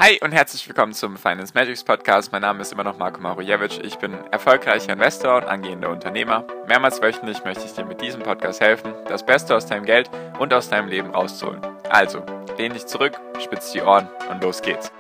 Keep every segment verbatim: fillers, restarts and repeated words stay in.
Hi und herzlich willkommen zum Finance Magics Podcast. Mein Name ist immer noch Marko Marujewicz. Ich bin erfolgreicher Investor und angehender Unternehmer. Mehrmals wöchentlich möchte ich dir mit diesem Podcast helfen, das Beste aus deinem Geld und aus deinem Leben rauszuholen. Also, lehn dich zurück, spitz die Ohren und los geht's.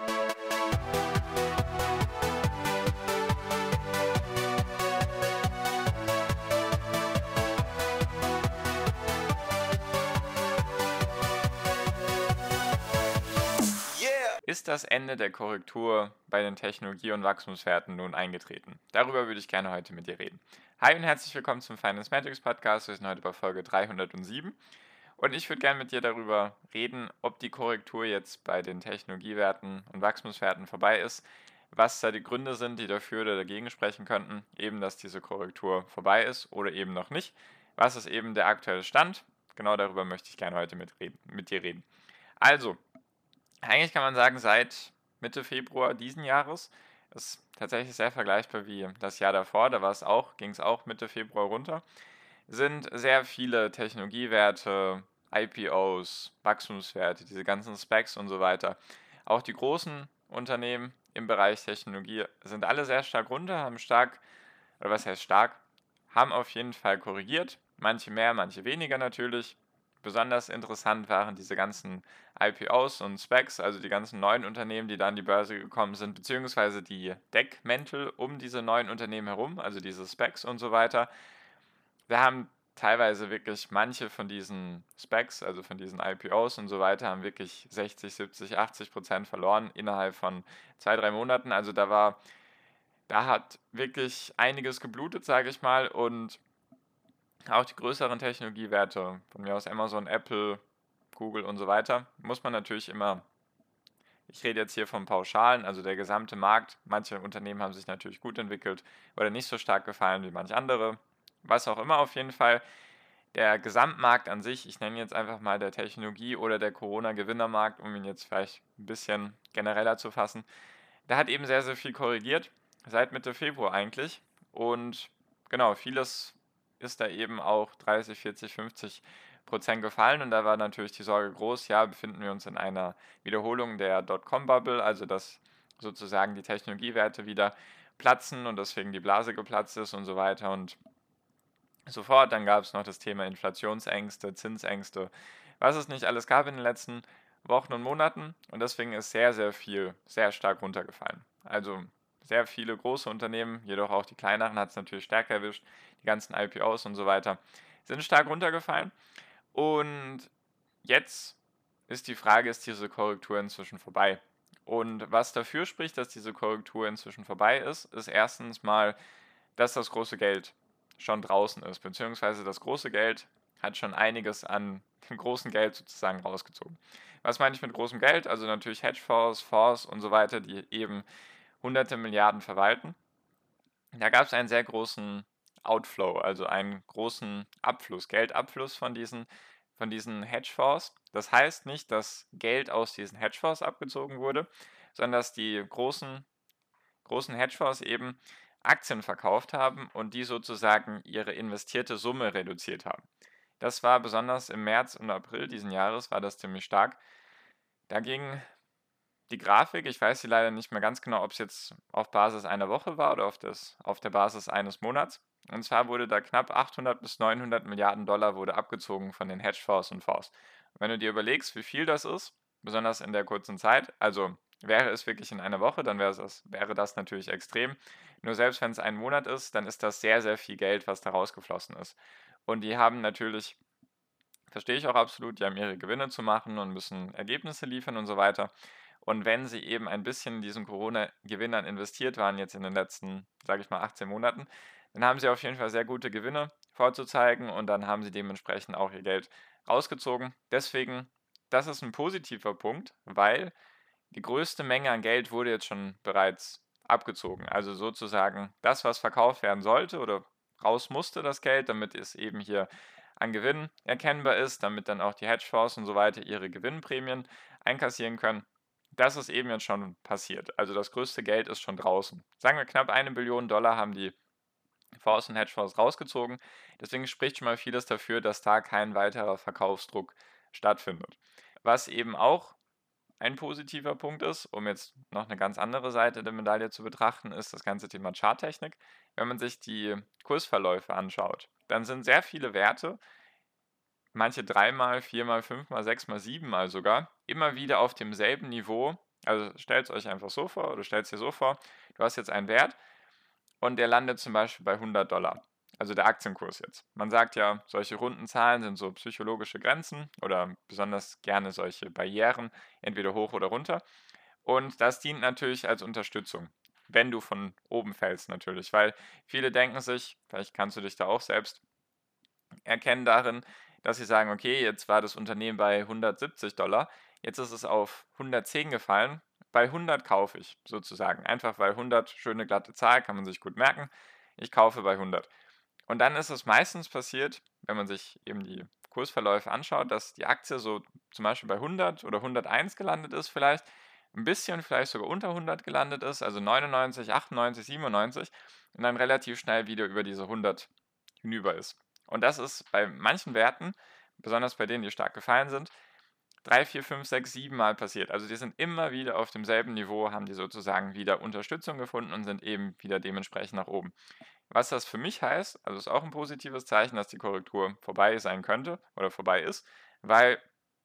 Ist das Ende der Korrektur bei den Technologie- und Wachstumswerten nun eingetreten? Darüber würde ich gerne heute mit dir reden. Hi und herzlich willkommen zum Finance Magics Podcast. Wir sind heute bei Folge dreihundertsieben und ich würde gerne mit dir darüber reden, ob die Korrektur jetzt bei den Technologiewerten und Wachstumswerten vorbei ist, was da die Gründe sind, die dafür oder dagegen sprechen könnten, eben dass diese Korrektur vorbei ist oder eben noch nicht. Was ist eben der aktuelle Stand? Genau darüber möchte ich gerne heute mit, reden, mit dir reden. Also, eigentlich kann man sagen, seit Mitte Februar diesen Jahres ist tatsächlich sehr vergleichbar wie das Jahr davor, da war es auch, ging es auch Mitte Februar runter, sind sehr viele Technologiewerte, I P Os, Wachstumswerte, diese ganzen Specs und so weiter. Auch die großen Unternehmen im Bereich Technologie sind alle sehr stark runter, haben stark, oder was heißt stark, haben auf jeden Fall korrigiert, manche mehr, manche weniger natürlich. Besonders interessant waren diese ganzen I P Os und Specs, also die ganzen neuen Unternehmen, die da an die Börse gekommen sind, beziehungsweise die Deckmäntel um diese neuen Unternehmen herum, also diese Specs und so weiter. Wir haben teilweise wirklich manche von diesen Specs, also von diesen I P Os und so weiter, haben wirklich sechzig, siebzig, achtzig Prozent verloren innerhalb von zwei, drei Monaten. Also da war, da hat wirklich einiges geblutet, sage ich mal, und auch die größeren Technologiewerte, von mir aus Amazon, Apple, Google und so weiter, muss man natürlich immer, ich rede jetzt hier von Pauschalen, also der gesamte Markt, manche Unternehmen haben sich natürlich gut entwickelt oder nicht so stark gefallen wie manch andere, was auch immer auf jeden Fall. Der Gesamtmarkt an sich, ich nenne jetzt einfach mal der Technologie- oder der Corona-Gewinnermarkt, um ihn jetzt vielleicht ein bisschen genereller zu fassen, der hat eben sehr, sehr viel korrigiert, seit Mitte Februar eigentlich. Und genau, vieles ist da eben auch dreißig, vierzig, fünfzig Prozent gefallen. Und da war natürlich die Sorge groß, ja, befinden wir uns in einer Wiederholung der Dotcom-Bubble, also dass sozusagen die Technologiewerte wieder platzen und deswegen die Blase geplatzt ist und so weiter und so fort. Dann gab es noch das Thema Inflationsängste, Zinsängste, was es nicht alles gab in den letzten Wochen und Monaten. Und deswegen ist sehr, sehr viel, sehr stark runtergefallen. Also sehr viele große Unternehmen, jedoch auch die kleineren hat es natürlich stärker erwischt. Die ganzen I P Os und so weiter sind stark runtergefallen. Und jetzt ist die Frage, ist diese Korrektur inzwischen vorbei? Und was dafür spricht, dass diese Korrektur inzwischen vorbei ist, ist erstens mal, dass das große Geld schon draußen ist, beziehungsweise das große Geld hat schon einiges an dem großen Geld sozusagen rausgezogen. Was meine ich mit großem Geld? Also natürlich Hedgefonds, Fonds und so weiter, die eben hunderte Milliarden verwalten. Da gab es einen sehr großen Outflow, also einen großen Abfluss, Geldabfluss von diesen, von diesen Hedgefonds. Das heißt nicht, dass Geld aus diesen Hedgefonds abgezogen wurde, sondern dass die großen, großen Hedgefonds eben Aktien verkauft haben und die sozusagen ihre investierte Summe reduziert haben. Das war besonders im März und April diesen Jahres, war das ziemlich stark. Da ging die Grafik, ich weiß sie leider nicht mehr ganz genau, ob es jetzt auf Basis einer Woche war oder auf, das, auf der Basis eines Monats. Und zwar wurde da knapp achthundert bis neunhundert Milliarden Dollar wurde abgezogen von den Hedgefonds und Fonds. Und wenn du dir überlegst, wie viel das ist, besonders in der kurzen Zeit, also wäre es wirklich in einer Woche, dann wäre das, wäre das natürlich extrem. Nur selbst wenn es ein Monat ist, dann ist das sehr, sehr viel Geld, was da rausgeflossen ist. Und die haben natürlich, verstehe ich auch absolut, die haben ihre Gewinne zu machen und müssen Ergebnisse liefern und so weiter. Und wenn sie eben ein bisschen in diesen Corona-Gewinnern investiert waren, jetzt in den letzten, sage ich mal, achtzehn Monaten, dann haben sie auf jeden Fall sehr gute Gewinne vorzuzeigen und dann haben sie dementsprechend auch ihr Geld rausgezogen. Deswegen, das ist ein positiver Punkt, weil die größte Menge an Geld wurde jetzt schon bereits abgezogen. Also sozusagen das, was verkauft werden sollte oder raus musste, das Geld, damit es eben hier an Gewinn erkennbar ist, damit dann auch die Hedgefonds und so weiter ihre Gewinnprämien einkassieren können. Das ist eben jetzt schon passiert. Also das größte Geld ist schon draußen. Sagen wir, knapp eine Billion Dollar haben die Fonds und Hedgefonds rausgezogen. Deswegen spricht schon mal vieles dafür, dass da kein weiterer Verkaufsdruck stattfindet. Was eben auch ein positiver Punkt ist, um jetzt noch eine ganz andere Seite der Medaille zu betrachten, ist das ganze Thema Charttechnik. Wenn man sich die Kursverläufe anschaut, dann sind sehr viele Werte, manche dreimal, viermal, fünfmal, sechsmal, siebenmal sogar, immer wieder auf demselben Niveau. Also stellt es euch einfach so vor oder stellt es dir so vor, du hast jetzt einen Wert und der landet zum Beispiel bei hundert Dollar. Also der Aktienkurs jetzt. Man sagt ja, solche runden Zahlen sind so psychologische Grenzen oder besonders gerne solche Barrieren, entweder hoch oder runter. Und das dient natürlich als Unterstützung, wenn du von oben fällst natürlich, weil viele denken sich, vielleicht kannst du dich da auch selbst erkennen darin, dass sie sagen, okay, jetzt war das Unternehmen bei hundertsiebzig Dollar, jetzt ist es auf hundertzehn gefallen, bei hundert kaufe ich sozusagen. Einfach weil hundert, schöne glatte Zahl, kann man sich gut merken. Ich kaufe bei hundert. Und dann ist es meistens passiert, wenn man sich eben die Kursverläufe anschaut, dass die Aktie so zum Beispiel bei hundert oder hunderteins gelandet ist vielleicht, ein bisschen vielleicht sogar unter hundert gelandet ist, also neunundneunzig, achtundneunzig, siebenundneunzig und dann relativ schnell wieder über diese hundert hinüber ist. Und das ist bei manchen Werten, besonders bei denen, die stark gefallen sind, drei, vier, fünf, sechs, sieben Mal passiert. Also die sind immer wieder auf demselben Niveau, haben die sozusagen wieder Unterstützung gefunden und sind eben wieder dementsprechend nach oben. Was das für mich heißt, also ist auch ein positives Zeichen, dass die Korrektur vorbei sein könnte oder vorbei ist, weil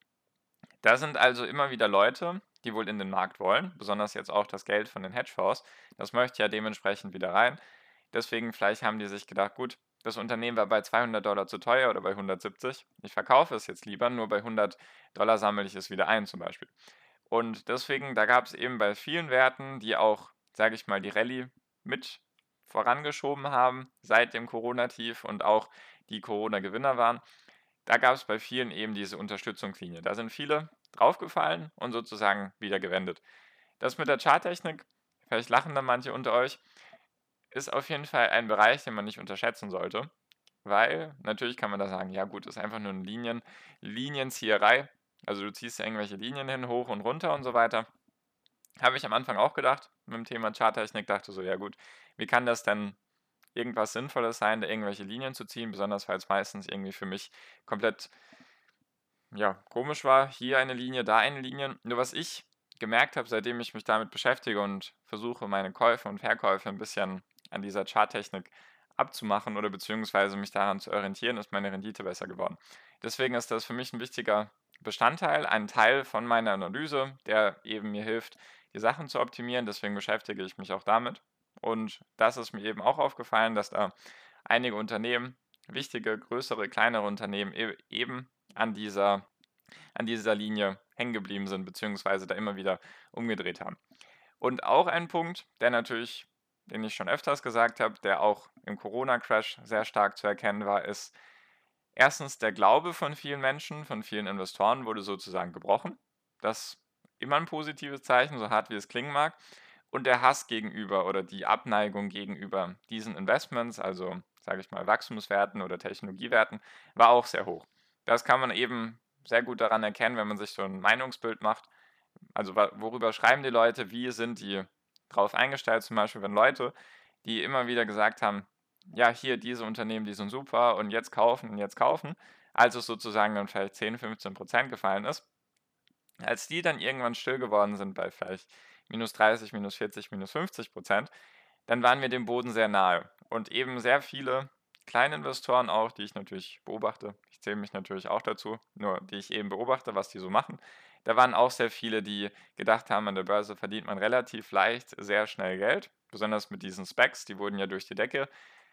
da sind also immer wieder Leute, die wohl in den Markt wollen, besonders jetzt auch das Geld von den Hedgefonds. Das möchte ja dementsprechend wieder rein. Deswegen vielleicht haben die sich gedacht, gut, das Unternehmen war bei zweihundert Dollar zu teuer oder bei hundertsiebzig. Ich verkaufe es jetzt lieber, nur bei hundert Dollar sammle ich es wieder ein zum Beispiel. Und deswegen, da gab es eben bei vielen Werten, die auch, sage ich mal, die Rallye mit vorangeschoben haben seit dem Corona-Tief und auch die Corona-Gewinner waren, da gab es bei vielen eben diese Unterstützungslinie. Da sind viele draufgefallen und sozusagen wieder gewendet. Das mit der Charttechnik, vielleicht lachen da manche unter euch, ist auf jeden Fall ein Bereich, den man nicht unterschätzen sollte, weil natürlich kann man da sagen, ja gut, ist einfach nur eine Linien Linienzieherei. Also du ziehst ja irgendwelche Linien hin, hoch und runter und so weiter. Habe ich am Anfang auch gedacht mit dem Thema Charttechnik, dachte so, ja gut, wie kann das denn irgendwas Sinnvolles sein, da irgendwelche Linien zu ziehen, besonders weil es meistens irgendwie für mich komplett, ja, komisch war, hier eine Linie, da eine Linie. Nur was ich gemerkt habe, seitdem ich mich damit beschäftige und versuche, meine Käufe und Verkäufe ein bisschen an dieser Charttechnik abzumachen oder beziehungsweise mich daran zu orientieren, ist meine Rendite besser geworden. Deswegen ist das für mich ein wichtiger Bestandteil, ein Teil von meiner Analyse, der eben mir hilft, die Sachen zu optimieren. Deswegen beschäftige ich mich auch damit. Und das ist mir eben auch aufgefallen, dass da einige Unternehmen, wichtige, größere, kleinere Unternehmen e eben an dieser an dieser Linie hängen geblieben sind, beziehungsweise da immer wieder umgedreht haben. Und auch ein Punkt, der natürlich, den ich schon öfters gesagt habe, der auch im Corona-Crash sehr stark zu erkennen war, ist erstens der Glaube von vielen Menschen, von vielen Investoren wurde sozusagen gebrochen. Das ist immer ein positives Zeichen, so hart wie es klingen mag. Und der Hass gegenüber oder die Abneigung gegenüber diesen Investments, also sage ich mal Wachstumswerten oder Technologiewerten, war auch sehr hoch. Das kann man eben sehr gut daran erkennen, wenn man sich so ein Meinungsbild macht. Also wa- worüber schreiben die Leute, wie sind die drauf eingestellt, zum Beispiel wenn Leute, die immer wieder gesagt haben, ja, hier diese Unternehmen, die sind super und jetzt kaufen und jetzt kaufen, als es sozusagen dann vielleicht zehn, fünfzehn Prozent gefallen ist, als die dann irgendwann still geworden sind bei vielleicht minus dreißig, minus vierzig, minus fünfzig Prozent, dann waren wir dem Boden sehr nahe. Und eben sehr viele kleine Investoren auch, die ich natürlich beobachte, ich zähle mich natürlich auch dazu, nur die ich eben beobachte, was die so machen, da waren auch sehr viele, die gedacht haben, an der Börse verdient man relativ leicht sehr schnell Geld, besonders mit diesen Specs, die wurden ja durch die Decke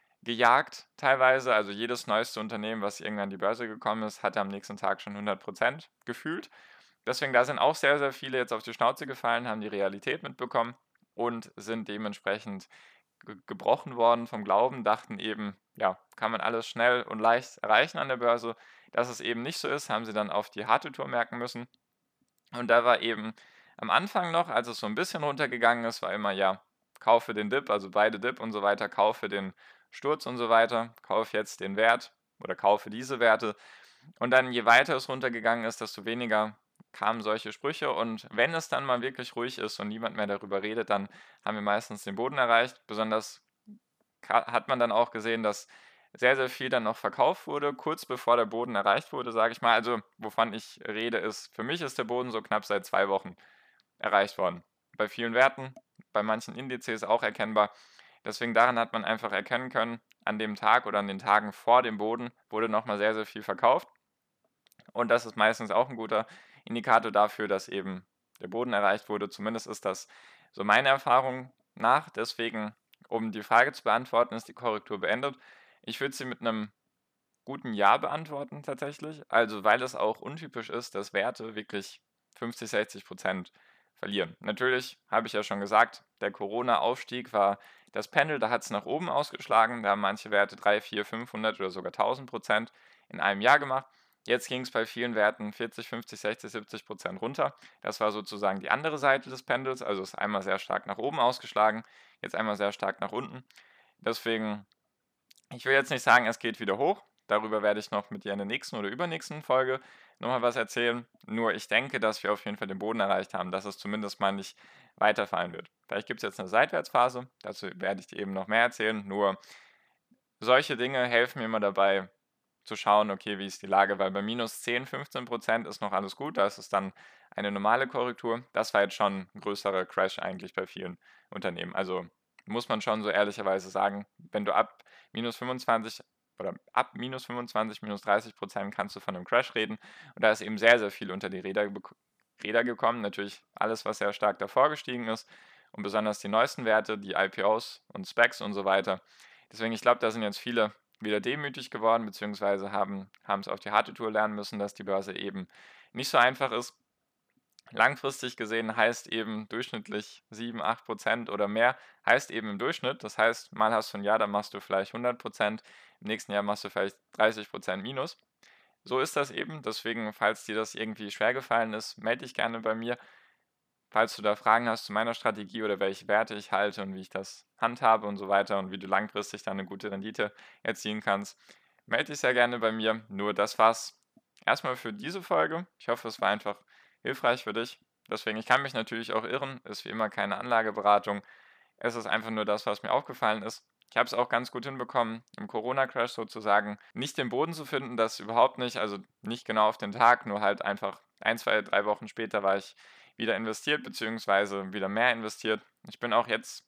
gejagt teilweise. Also jedes neueste Unternehmen, was irgendwann an die Börse gekommen ist, hatte am nächsten Tag schon hundert Prozent gefühlt. Deswegen, da sind auch sehr, sehr viele jetzt auf die Schnauze gefallen, haben die Realität mitbekommen und sind dementsprechend ge gebrochen worden vom Glauben, dachten eben, ja, kann man alles schnell und leicht erreichen an der Börse. Dass es eben nicht so ist, haben sie dann auf die harte Tour merken müssen. Und da war eben am Anfang noch, als es so ein bisschen runtergegangen ist, war immer, ja, kaufe den Dip, also beide Dip und so weiter, kaufe den Sturz und so weiter, kaufe jetzt den Wert oder kaufe diese Werte. Und dann, je weiter es runtergegangen ist, desto weniger kamen solche Sprüche. Und wenn es dann mal wirklich ruhig ist und niemand mehr darüber redet, dann haben wir meistens den Boden erreicht. Besonders ka- hat man dann auch gesehen, dass sehr, sehr viel dann noch verkauft wurde, kurz bevor der Boden erreicht wurde, sage ich mal. Also, wovon ich rede, ist, für mich ist der Boden so knapp seit zwei Wochen erreicht worden. Bei vielen Werten, bei manchen Indizes auch erkennbar. Deswegen daran hat man einfach erkennen können, an dem Tag oder an den Tagen vor dem Boden wurde noch mal sehr, sehr viel verkauft. Und das ist meistens auch ein guter Indikator dafür, dass eben der Boden erreicht wurde. Zumindest ist das so meine Erfahrung nach. Deswegen, um die Frage zu beantworten, ist die Korrektur beendet. Ich würde sie mit einem guten Ja beantworten tatsächlich. Also, weil es auch untypisch ist, dass Werte wirklich fünfzig, sechzig verlieren. Natürlich habe ich ja schon gesagt, der Corona-Aufstieg war das Pendel, da hat es nach oben ausgeschlagen. Da haben manche Werte drei, vier, fünfhundert oder sogar tausend Prozent in einem Jahr gemacht. Jetzt ging es bei vielen Werten vierzig, fünfzig, sechzig, siebzig Prozent runter. Das war sozusagen die andere Seite des Pendels. Also ist einmal sehr stark nach oben ausgeschlagen, jetzt einmal sehr stark nach unten. Deswegen, ich will jetzt nicht sagen, es geht wieder hoch. Darüber werde ich noch mit dir in der nächsten oder übernächsten Folge nochmal was erzählen. Nur ich denke, dass wir auf jeden Fall den Boden erreicht haben, dass es zumindest mal nicht weiterfallen wird. Vielleicht gibt es jetzt eine Seitwärtsphase, dazu werde ich dir eben noch mehr erzählen. Nur solche Dinge helfen mir immer dabei zu schauen, okay, wie ist die Lage, weil bei minus zehn, fünfzehn Prozent ist noch alles gut, da ist es dann eine normale Korrektur. Das war jetzt schon ein größerer Crash eigentlich bei vielen Unternehmen. Also muss man schon so ehrlicherweise sagen, wenn du ab minus fünfundzwanzig oder ab minus fünfundzwanzig, minus dreißig Prozent kannst du von einem Crash reden. Und da ist eben sehr, sehr viel unter die Räder, Räder gekommen. Natürlich alles, was sehr stark davor gestiegen ist und besonders die neuesten Werte, die I P Os und Specs und so weiter. Deswegen, ich glaube, da sind jetzt viele wieder demütig geworden, beziehungsweise haben haben es auf die harte Tour lernen müssen, dass die Börse eben nicht so einfach ist. Langfristig gesehen heißt eben durchschnittlich sieben, acht Prozent oder mehr, heißt eben im Durchschnitt. Das heißt, mal hast du ein Jahr, dann machst du vielleicht hundert Prozent, im nächsten Jahr machst du vielleicht dreißig Prozent minus. So ist das eben. Deswegen, falls dir das irgendwie schwer gefallen ist, melde dich gerne bei mir. Falls du da Fragen hast zu meiner Strategie oder welche Werte ich halte und wie ich das handhabe und so weiter und wie du langfristig dann eine gute Rendite erzielen kannst, melde dich sehr gerne bei mir. Nur das war's erstmal für diese Folge. Ich hoffe, es war einfach hilfreich für dich. Deswegen, ich kann mich natürlich auch irren, ist wie immer keine Anlageberatung. Es ist einfach nur das, was mir aufgefallen ist. Ich habe es auch ganz gut hinbekommen, im Corona-Crash sozusagen nicht den Boden zu finden, das überhaupt nicht, also nicht genau auf den Tag, nur halt einfach ein, zwei, drei Wochen später war ich wieder investiert, beziehungsweise wieder mehr investiert. Ich bin auch jetzt,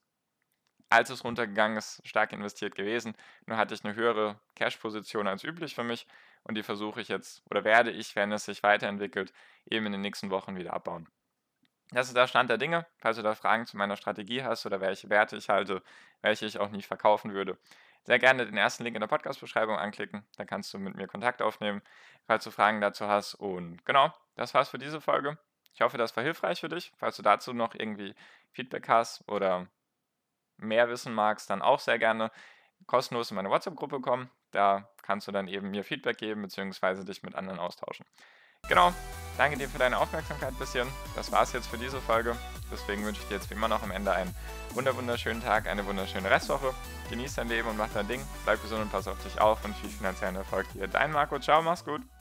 als es runtergegangen ist, stark investiert gewesen. Nur hatte ich eine höhere Cash-Position als üblich für mich und die versuche ich jetzt oder werde ich, wenn es sich weiterentwickelt, eben in den nächsten Wochen wieder abbauen. Das ist der Stand der Dinge. Falls du da Fragen zu meiner Strategie hast oder welche Werte ich halte, welche ich auch nicht verkaufen würde, sehr gerne den ersten Link in der Podcast-Beschreibung anklicken. Da kannst du mit mir Kontakt aufnehmen, falls du Fragen dazu hast. Und genau, das war's für diese Folge. Ich hoffe, das war hilfreich für dich. Falls du dazu noch irgendwie Feedback hast oder mehr wissen magst, dann auch sehr gerne kostenlos in meine WhatsApp-Gruppe kommen. Da kannst du dann eben mir Feedback geben bzw. dich mit anderen austauschen. Genau, danke dir für deine Aufmerksamkeit bis hierhin. Das war's jetzt für diese Folge. Deswegen wünsche ich dir jetzt wie immer noch am Ende einen wunderschönen Tag, eine wunderschöne Restwoche. Genieß dein Leben und mach dein Ding. Bleib gesund und pass auf dich auf und viel finanziellen Erfolg dir. Dein Marco, ciao, mach's gut.